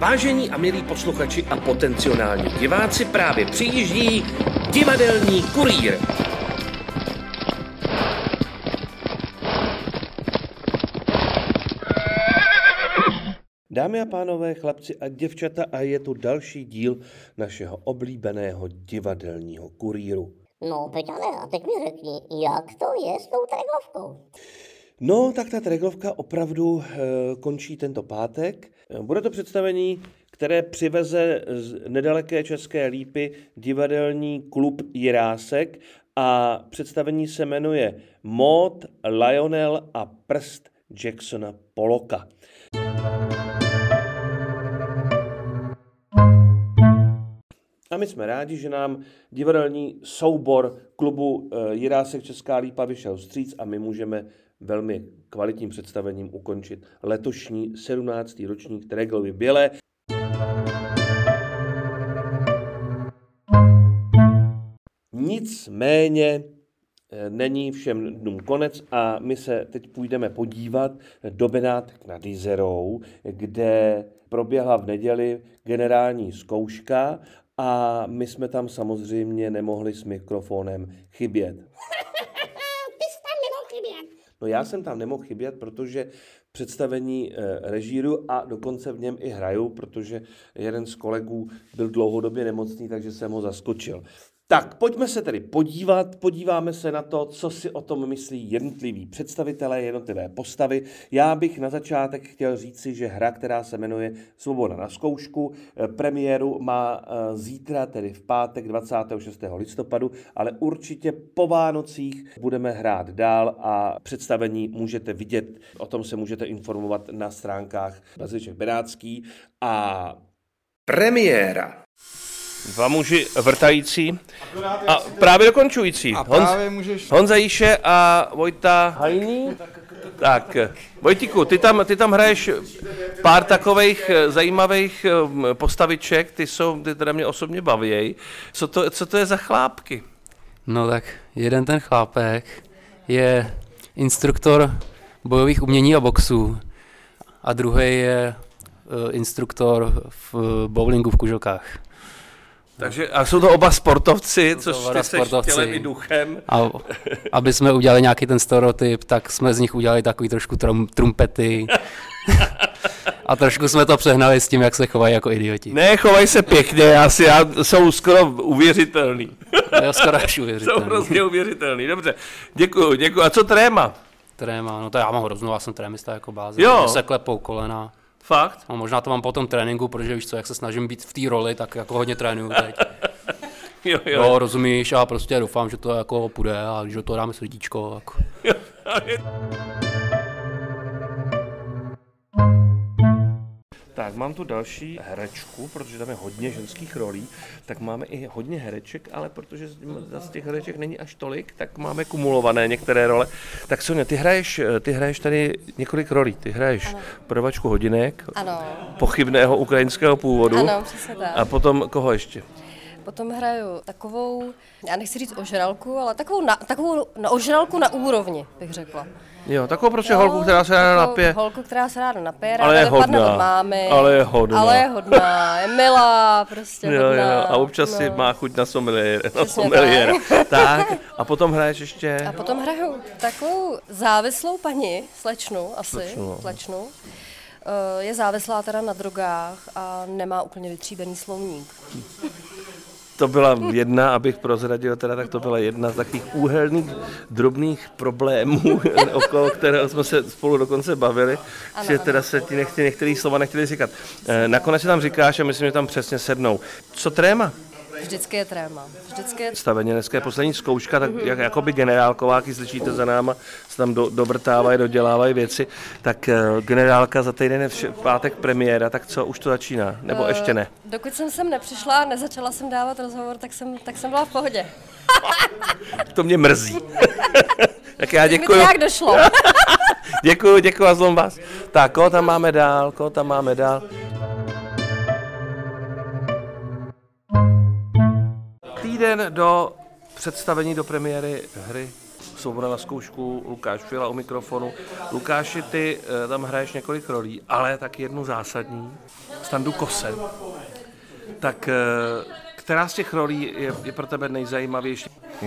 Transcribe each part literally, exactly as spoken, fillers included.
Vážení a milí posluchači a potenciální diváci, právě přijíždí Divadelní kurýr. Dámy a pánové, chlapci a děvčata, a je tu další díl našeho oblíbeného Divadelního kurýru. No, Peťane, a teď mi řekni, jak to je s tou treglovkou? No, tak ta treglovka opravdu e, končí tento pátek. Bude to představení, které přiveze z nedaleké České Lípy divadelní klub Jirásek a představení se jmenuje Maud, Lionel a prst Jacksona Pollocka. A my jsme rádi, že nám divadelní soubor klubu Jirásek Česká Lípa vyšel vstříc a my můžeme velmi kvalitním představením ukončit letošní sedmnáctý ročník Treglovy Bělé. Nicméně není všem dnům konec a my se teď půjdeme podívat do Benátek nad Jizerou, kde proběhla v neděli generální zkouška a my jsme tam samozřejmě nemohli s mikrofonem chybět. Ty jsi tam nemohl chybět. No já jsem tam nemohl chybět, protože představení e, režíru a dokonce v něm i hraju, protože jeden z kolegů byl dlouhodobě nemocný, takže jsem ho zaskočil. Tak, pojďme se tedy podívat, podíváme se na to, co si o tom myslí jednotliví představitelé, jednotlivé postavy. Já bych na začátek chtěl říci, že hra, která se jmenuje Svoboda na zkoušku, premiéru má zítra, tedy v pátek dvacátého šestého listopadu, ale určitě po Vánocích budeme hrát dál a představení můžete vidět, o tom se můžete informovat na stránkách Bazilišek Benátský. A premiéra. Dva muži vrtající a právě dokončující. A právě můžeš... Honza Jíše a Vojta Hajný. Tak, Vojtíku, ty tam, ty tam hraješ pár takových zajímavých postaviček, ty jsou, ty teda mě osobně bavěj. Co to, co to je za chlápky? No tak jeden ten chlápek je instruktor bojových umění a boxů a druhý je instruktor v bowlingu v Kuželkách. Takže a jsou to oba sportovci, což ty seš sportovci. tělem i duchem. A aby jsme udělali nějaký ten stereotyp, tak jsme z nich udělali takový trošku trum, trumpety. A trošku jsme to přehnali s tím, jak se chovají jako idioti. Ne, chovají se pěkně, asi já, jsou skoro uvěřitelný. Jo, skoro až uvěřitelný. Jsou prostě uvěřitelný, dobře. Děkuju, děkuju. A co tréma? Tréma, no to já mám hroznou, já jsem trémista jako báze. Jo. Se klepou kolena. Fakt? A možná to mám po tom tréninku, protože víš co, jak se snažím být v té roli, tak jako hodně trénuju teď. jo, jo. jo, rozumíš, a prostě doufám, že to jako půjde a že to dáme srdíčko. Jako. Jo. Tak, mám tu další herečku, protože tam je hodně ženských rolí, tak máme i hodně hereček, ale protože z těch hereček není až tolik, tak máme kumulované některé role. Tak Sonia, ty hraješ, ty hraješ tady několik rolí. Ty hraješ ano. Prodavačku hodinek, ano. Pochybného ukrajinského původu. Ano, přesně tak. A potom koho ještě? Potom hraju takovou, já nechci říct ožralku, ale takovou na, takovou na ožralku na úrovni, bych řekla. Jo, takovou prostě jo, holku, která se ráda napije. Holku, která se ráda napije, ale je hodná, od mámy, ale je hodná. Ale je hodná, je milá, prostě jo, hodná. Jo, a občas no. si má chuť na sommeliéra. Na sommeliéra. Tak. tak, a potom hraješ ještě? A potom hraju takovou závislou paní, slečnu asi, slečnu. slečnu. Je závislá teda na drogách a nemá úplně vytříbený slovník. To byla jedna, abych prozradil, teda, tak to byla jedna z takových úhelných, drobných problémů, okolo kterého jsme se spolu dokonce bavili, ano, že teda se ti nechtěli, některý slova nechtěli říkat. Nakonec si tam říkáš a myslím, že tam přesně sednou. Co tréma? Vždycky je tréma. Vždycky je... Staveně, dneska je poslední zkouška, tak jak, jakoby generálkováky, slyšíte za náma, se tam do, dobrtávají, dodělávají věci, tak uh, generálka za týden je vše, pátek premiéra, tak co, už to začíná, nebo uh, ještě ne? Dokud jsem sem nepřišla, nezačala jsem dávat rozhovor, tak jsem, tak jsem byla v pohodě. To mě mrzí. Tak já děkuju. Mi to nějak došlo. Děkuju, děkuju a zlom vás. Tak, koho tam máme dál, koho tam máme dál? Týden do představení, do premiéry hry Svoboda na zkoušku, Lukáš Fila u mikrofonu. Lukáši, ty tam hraješ několik rolí, ale tak jednu zásadní. Standu Kose. Tak která z těch rolí je, je pro tebe nejzajímavější?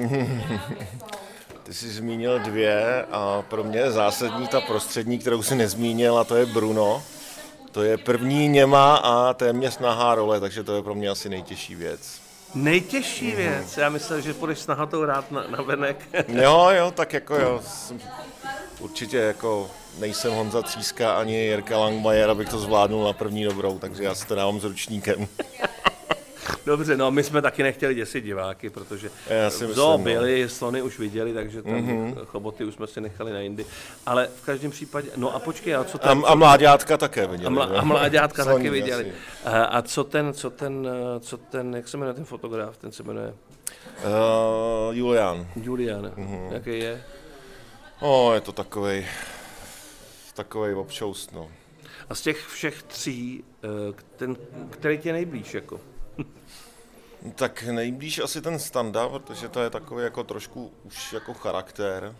Ty jsi zmínil dvě a pro mě je zásadní ta prostřední, kterou jsi nezmínil, a to je Bruno. To je první něma a téměř nahá role, takže to je pro mě asi nejtěžší věc. Nejtěžší věc? Já myslel, že půjdeš s nahatou rád na, na venek. Jo, jo, tak jako jo. Určitě jako nejsem Honza Tříska ani Jirka Langmajer, abych to zvládnul na první dobrou, takže já si to dávám s ručníkem. Dobře, no my jsme taky nechtěli děsit diváky, protože v zoo byli, slony už viděli, takže tam mm-hmm. choboty už jsme si nechali na jindy. Ale v každém případě, no a počkej, a co ten... A, a mláďátka také viděli. A, mla, a mláďátka taky viděli. A, a co ten, co ten, co ten, jak se jmenuje ten fotograf, ten se jmenuje? Uh, Julian. Julian, mm-hmm. Jaký je? O, je to takovej, takovej občoust, no. A z těch všech tří, ten, který tě nejblíž, jako? Tak nejblíž asi ten Standa, protože to je takový jako trošku už jako charakter.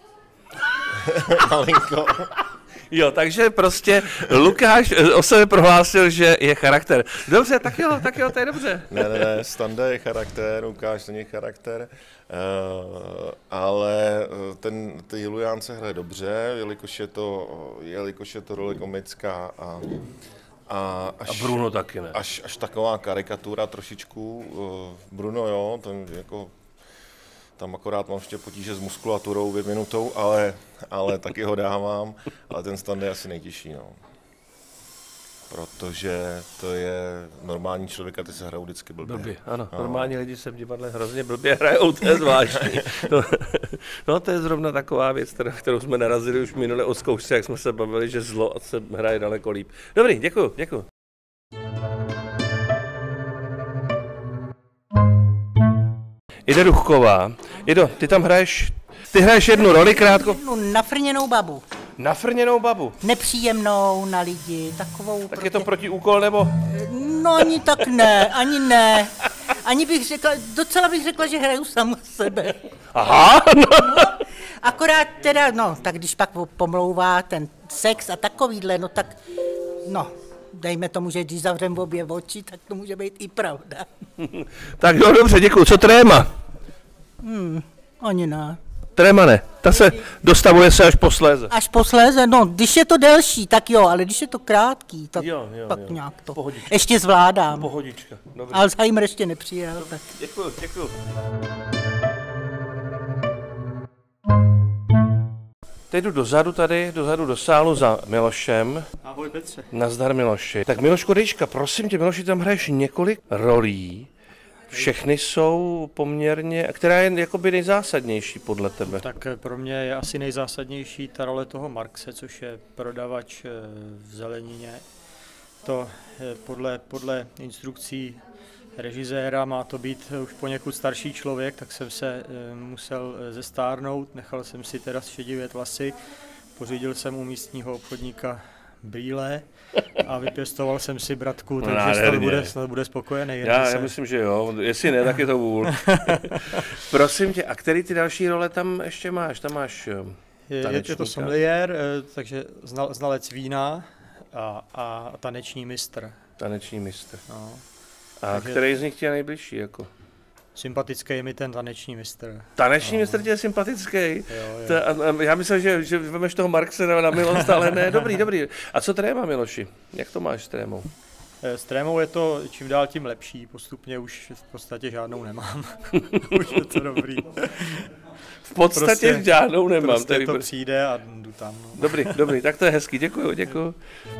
Malinko. Jo, takže prostě Lukáš o sebe prohlásil, že je charakter. Dobře, tak jo, tak jo, to je dobře. Ne, ne, ne, Standa je charakter, Lukáš není charakter, uh, ale ten, ten Julián se hraje dobře, jelikož je to, jelikož je to role komická a A, až, a Bruno taky ne. Až, až taková karikatura trošičku. Bruno jo, ten jako, tam akorát mám ještě potíže s muskulaturou vyvinutou, ale, ale taky ho dávám. Ale ten Standa je asi nejtěžší, no. Protože to je normální člověk a ty se hrajou vždycky blbě. Blbě, ano. No. Normální lidi se v divadle hrozně blbě hrajou, to je zvláštní. No, no to je zrovna taková věc, kterou jsme narazili už minule o zkoušce, jak jsme se bavili, že zlo se hraje daleko líp. Dobrý, děkuju, děkuju. Ida Duchková. Ido, ty tam hraješ, ty hraješ jednu roli krátko. No, nafrněnou babu. Nafrněnou babu. Nepříjemnou na lidi, takovou... Tak proti... je to protiúkol, nebo? No ani tak ne, ani ne. Ani bych řekla, docela bych řekla, že hraju samu sebe. Aha, no. No, akorát teda, no, tak když pak pomlouvá ten sex a takovýhle, no tak, no, dejme tomu, že když zavřem obě oči, tak to může být i pravda. Tak jo, dobře, děkuju. Co tréma? Hmm, ani ne. Tréma ne, ta se dostavuje se až posléze. Až posléze, no, když je to delší, tak jo, ale když je to krátký, tak jo, jo, pak jo. nějak to Pohodička. ještě zvládám. Pohodička, dobrý. Alzheimer ještě nepřijel. Tak. Děkuju, děkuju. Teď jdu dozadu tady, dozadu do sálu za Milošem. Ahoj Petře. Nazdar Miloši. Tak Milošku Dejčka, prosím tě, Miloši, tam hraješ několik rolí. Všechny jsou poměrně, která je jakoby nejzásadnější podle tebe? Tak pro mě je asi nejzásadnější ta role toho Marxe, což je prodavač v zelenině. To podle, podle instrukcí režiséra má to být už poněkud starší člověk, tak jsem se musel zestárnout, nechal jsem si teda šedivět vlasy, pořídil jsem u místního obchodníka brýle a vypěstoval jsem si bratku, takže no, snad bude, snad bude spokojený. Já, já myslím, že jo, jestli ne, tak je to vůl. Prosím tě, a který ty další role tam ještě máš? Tam máš je, je to sommelier, takže znal, znalec vína a, a taneční mistr. Taneční mistr. No. A takže který z nich tě je nejbližší? Jako? Sympatický je mi ten taneční mistr. Taneční no. mistr tě je sympatický? Jo, jo. To, a, a já myslel, že, že vemeš toho Marxe na, na milost, ale ne, dobrý, dobrý. A co tréma, Miloši? Jak to máš s trémou? S trémou je to čím dál tím lepší, postupně už v podstatě žádnou nemám. Už je to dobrý. V podstatě prostě, žádnou nemám. Prostě tady to přijde a jdu tam. No. Dobrý, dobrý, tak to je hezký, děkuju, děkuju.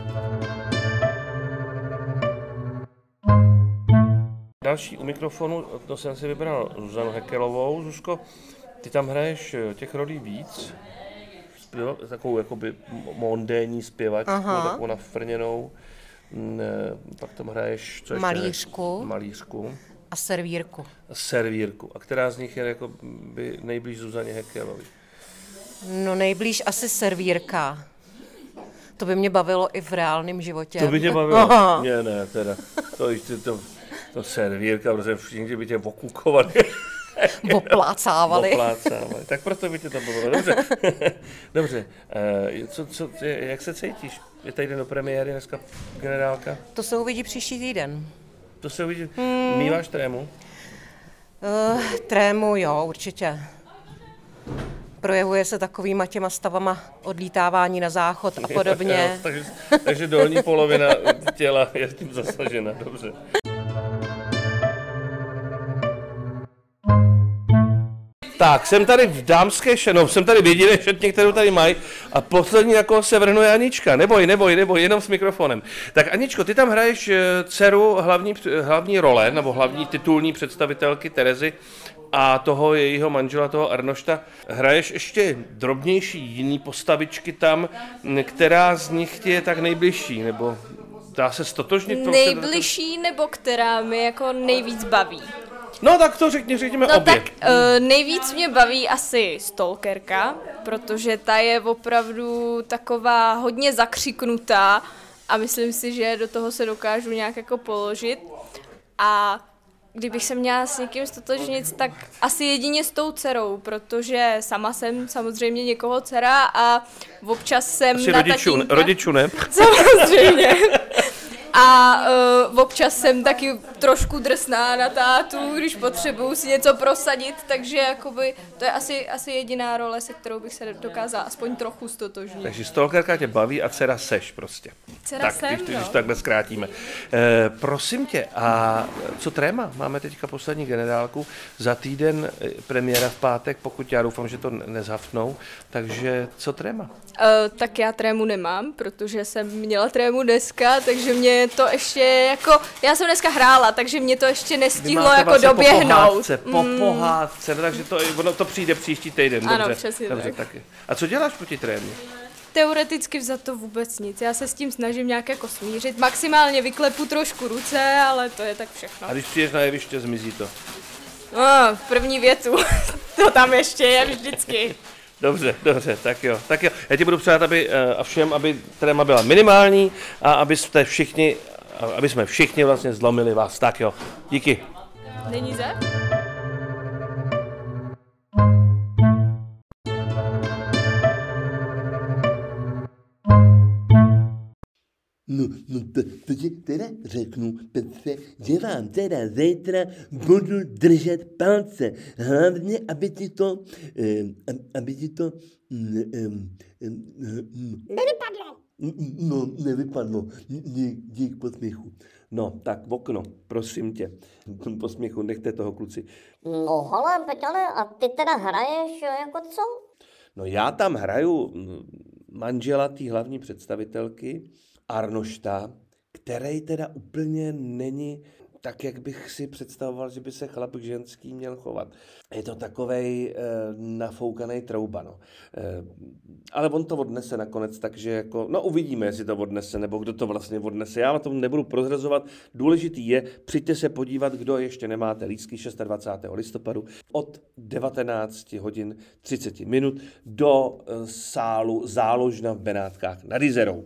Další u mikrofonu, to jsem si vybral Zuzanu Hekelovou. Zuzko, ty tam hraješ těch rolí víc, Zpěva, takovou jakoby mondénní zpěvačku, Aha. takovou nafrněnou. Pak tam hraješ co ještě malířku. malířku a servírku. A servírku. A která z nich je jako by nejblíž Zuzaně Hekelový? No nejblíž asi servírka. To by mě bavilo i v reálném životě. To by mě bavilo? Aha. Ne, ne, teda. To, to, to, to servírka, protože všichni by tě okukovali. Oplácávali. Oplácávali. Tak proto by tě to bavilo. Dobře. Dobře. E, co, co, jak se cítíš? Je tady den do premiéry dneska generálka? To se uvidí příští týden. To se uvidí. Hmm. Míváš trému? Uh, trému, jo, určitě. Projevuje se takovýma těma stavama odlítávání na záchod a podobně. Jo, takže, takže dolní polovina těla je tím zasažena, dobře. Tak, jsem tady v dámské šatně, jsem tady v jediné šatně, kterou tady mají a poslední, na koho se vrhnuje Anička. Neboj, neboj, neboj, jenom s mikrofonem. Tak Aničko, ty tam hraješ dceru hlavní, hlavní role, nebo hlavní titulní představitelky Terezy a toho jejího manžela, toho Arnošta. Hraješ ještě drobnější jiný postavičky tam, která z nich ti je tak nejbližší, nebo dá se stotožnit? Nejbližší, nebo která mi jako nejvíc baví? No tak to řekni, řekněme no, obě. Tak uh, nejvíc mě baví asi Stalkerka, protože ta je opravdu taková hodně zakřiknutá a myslím si, že do toho se dokážu nějak jako položit. A kdybych se měla s někým stotožnit, tak asi jedině s tou dcerou, protože sama jsem samozřejmě někoho dcera a občas jsem asi na rodičů, tatínka. rodičů, ne? Samozřejmě. A uh, občas jsem taky trošku drsná na tátu, když potřebuju si něco prosadit, takže jakoby to je asi, asi jediná role, se kterou bych se dokázala aspoň trochu stotožnit. Takže stalkerka tě baví a dcera seš prostě. Dcera tak, jsem, když, no. když to takhle zkrátíme. E, prosím tě, a co tréma? Máme teďka poslední generálku, za týden premiéra v pátek, pokud já doufám, že to nezhafnou, takže co tréma? Uh, tak já trému nemám, protože jsem měla trému dneska, takže mě to ještě jako, já jsem dneska hrála, takže mě to ještě nestihlo jako vlastně doběhnout. Po pohádce, po mm. pohádce, no, takže to, ono to přijde příští týden, ano, dobře. přesně dobře tak. Taky. A co děláš proti trémě? Teoreticky vzato vůbec nic, já se s tím snažím nějak jako smířit, maximálně vyklepu trošku ruce, ale to je tak všechno. A když přijdeš na jeviště, zmizí to? No, první větu, to tam ještě je vždycky. Dobře, dobře, tak jo, tak jo. Já ti budu přát, aby a všem, aby tréma byla minimální a aby jste všichni, aby jsme všichni vlastně zlomili vás. Tak jo, díky. Není ze? No, no to, to ti teda řeknu, Petře, že vám teda zítra budu držet palce. Hlavně, aby ti to, eh, aby ti to, eh, eh, Nevypadlo. No, nevypadlo. Dík, dík posměchu. No, tak v okno, prosím tě. Posměchu, nechte toho kluci. No hele, Peťane, a ty teda hraješ jako co? No já tam hraju manžela té hlavní představitelky, Arnošta, který teda úplně není tak, jak bych si představoval, že by se chlap ženský měl chovat. Je to takovej e, nafoukaný trouba, no. E, ale on to odnese nakonec, takže jako, no uvidíme, jestli to odnese, nebo kdo to vlastně odnese. Já na tom nebudu prozrazovat. Důležitý je, přijďte se podívat, kdo ještě nemáte lístky dvacátého šestého listopadu od devatenáct hodin třicet minut do e, sálu Záložna v Benátkách nad Jizerou.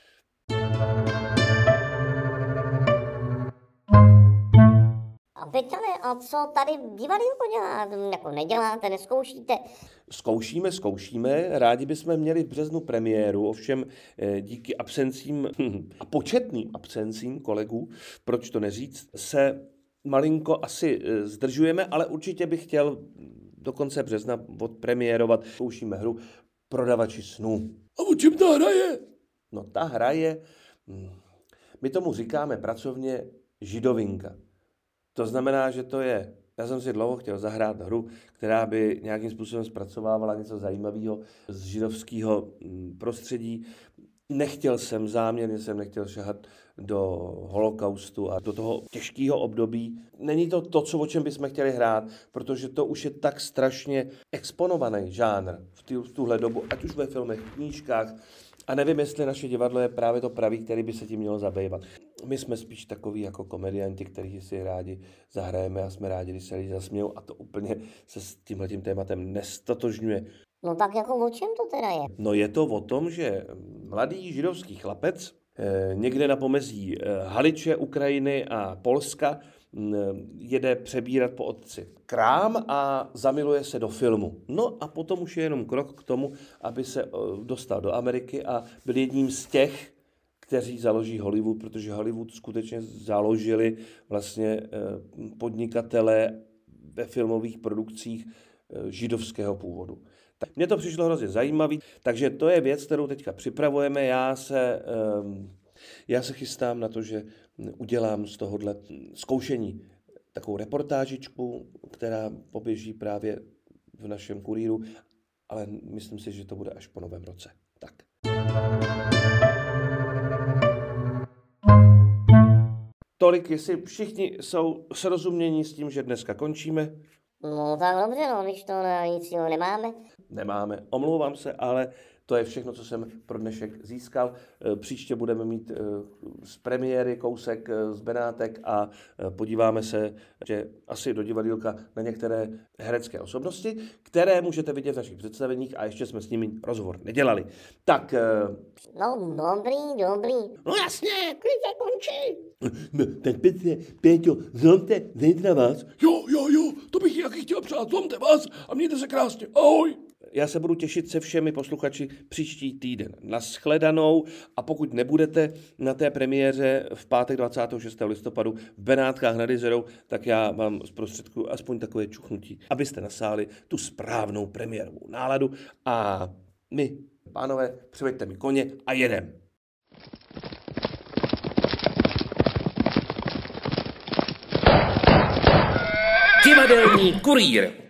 A Peťane, a co tady divadýlko dělá? Jako neděláte, neskoušíte? Zkoušíme, zkoušíme. Rádi bychom měli v březnu premiéru, ovšem díky absencím a početným absencím kolegů, proč to neříct, se malinko asi zdržujeme, ale určitě bych chtěl do konce března odpremiérovat. Zkoušíme hru Prodavači snů. A o čem ta hra je? No ta hra je, my tomu říkáme pracovně židovinka. To znamená, že to je, já jsem si dlouho chtěl zahrát hru, která by nějakým způsobem zpracovávala něco zajímavého z židovského prostředí. Nechtěl jsem, záměrně jsem nechtěl šahat do holokaustu a do toho těžkého období. Není to to, co, o čem bychom chtěli hrát, protože to už je tak strašně exponovaný žánr v, tý, v tuhle dobu, ať už ve filmech, knížkách. A nevím, jestli naše divadlo je právě to pravý, který by se tím mělo zabývat. My jsme spíš takový jako komedianti, kteří si rádi zahrajeme a jsme rádi, když se lidi zasmějou a to úplně se s tímhletím tématem nestotožňuje. No tak jako o čem to teda je? No je to o tom, že mladý židovský chlapec eh, někde na pomezí eh, Haliče, Ukrajiny a Polska hm, jede přebírat po otci krám a zamiluje se do filmu. No a potom už je jenom krok k tomu, aby se eh, dostal do Ameriky a byl jedním z těch, kteří založí Hollywood, protože Hollywood skutečně založili vlastně podnikatele ve filmových produkcích židovského původu. Tak mně to přišlo hrozně zajímavý, takže to je věc, kterou teďka připravujeme. Já se, já se chystám na to, že udělám z tohohle zkoušení takovou reportážičku, která poběží právě v našem kurýru, ale myslím si, že to bude až po novém roce. Tak. Tolik, jestli všichni jsou srozumění s tím, že dneska končíme. No tak dobře, no, když to na nic jiného nemáme. Nemáme, omlouvám se, ale to je všechno, co jsem pro dnešek získal. Příště budeme mít z premiéry kousek z Benátek a podíváme se že asi do divadýlka na některé herecké osobnosti, které můžete vidět v našich představeních a ještě jsme s nimi rozhovor nedělali. Tak... No dobrý, dobrý. No jasně, klidně končí. No, tak Petře, Péťo, zlomte zítra vás. Jo, jo, jo, to bych jaký chtěl přát, zlomte vás a mějte se krásně. Ahoj. Já se budu těšit se všemi posluchači příští týden. Nashledanou a pokud nebudete na té premiéře v pátek dvacátého šestého listopadu v Benátkách nad Jizerou, tak já vám zprostředkuju aspoň takové čuchnutí, abyste nasáli tu správnou premiérovou náladu a my, pánové, přiveďte mi koně a jedem. Divadelní kurýr.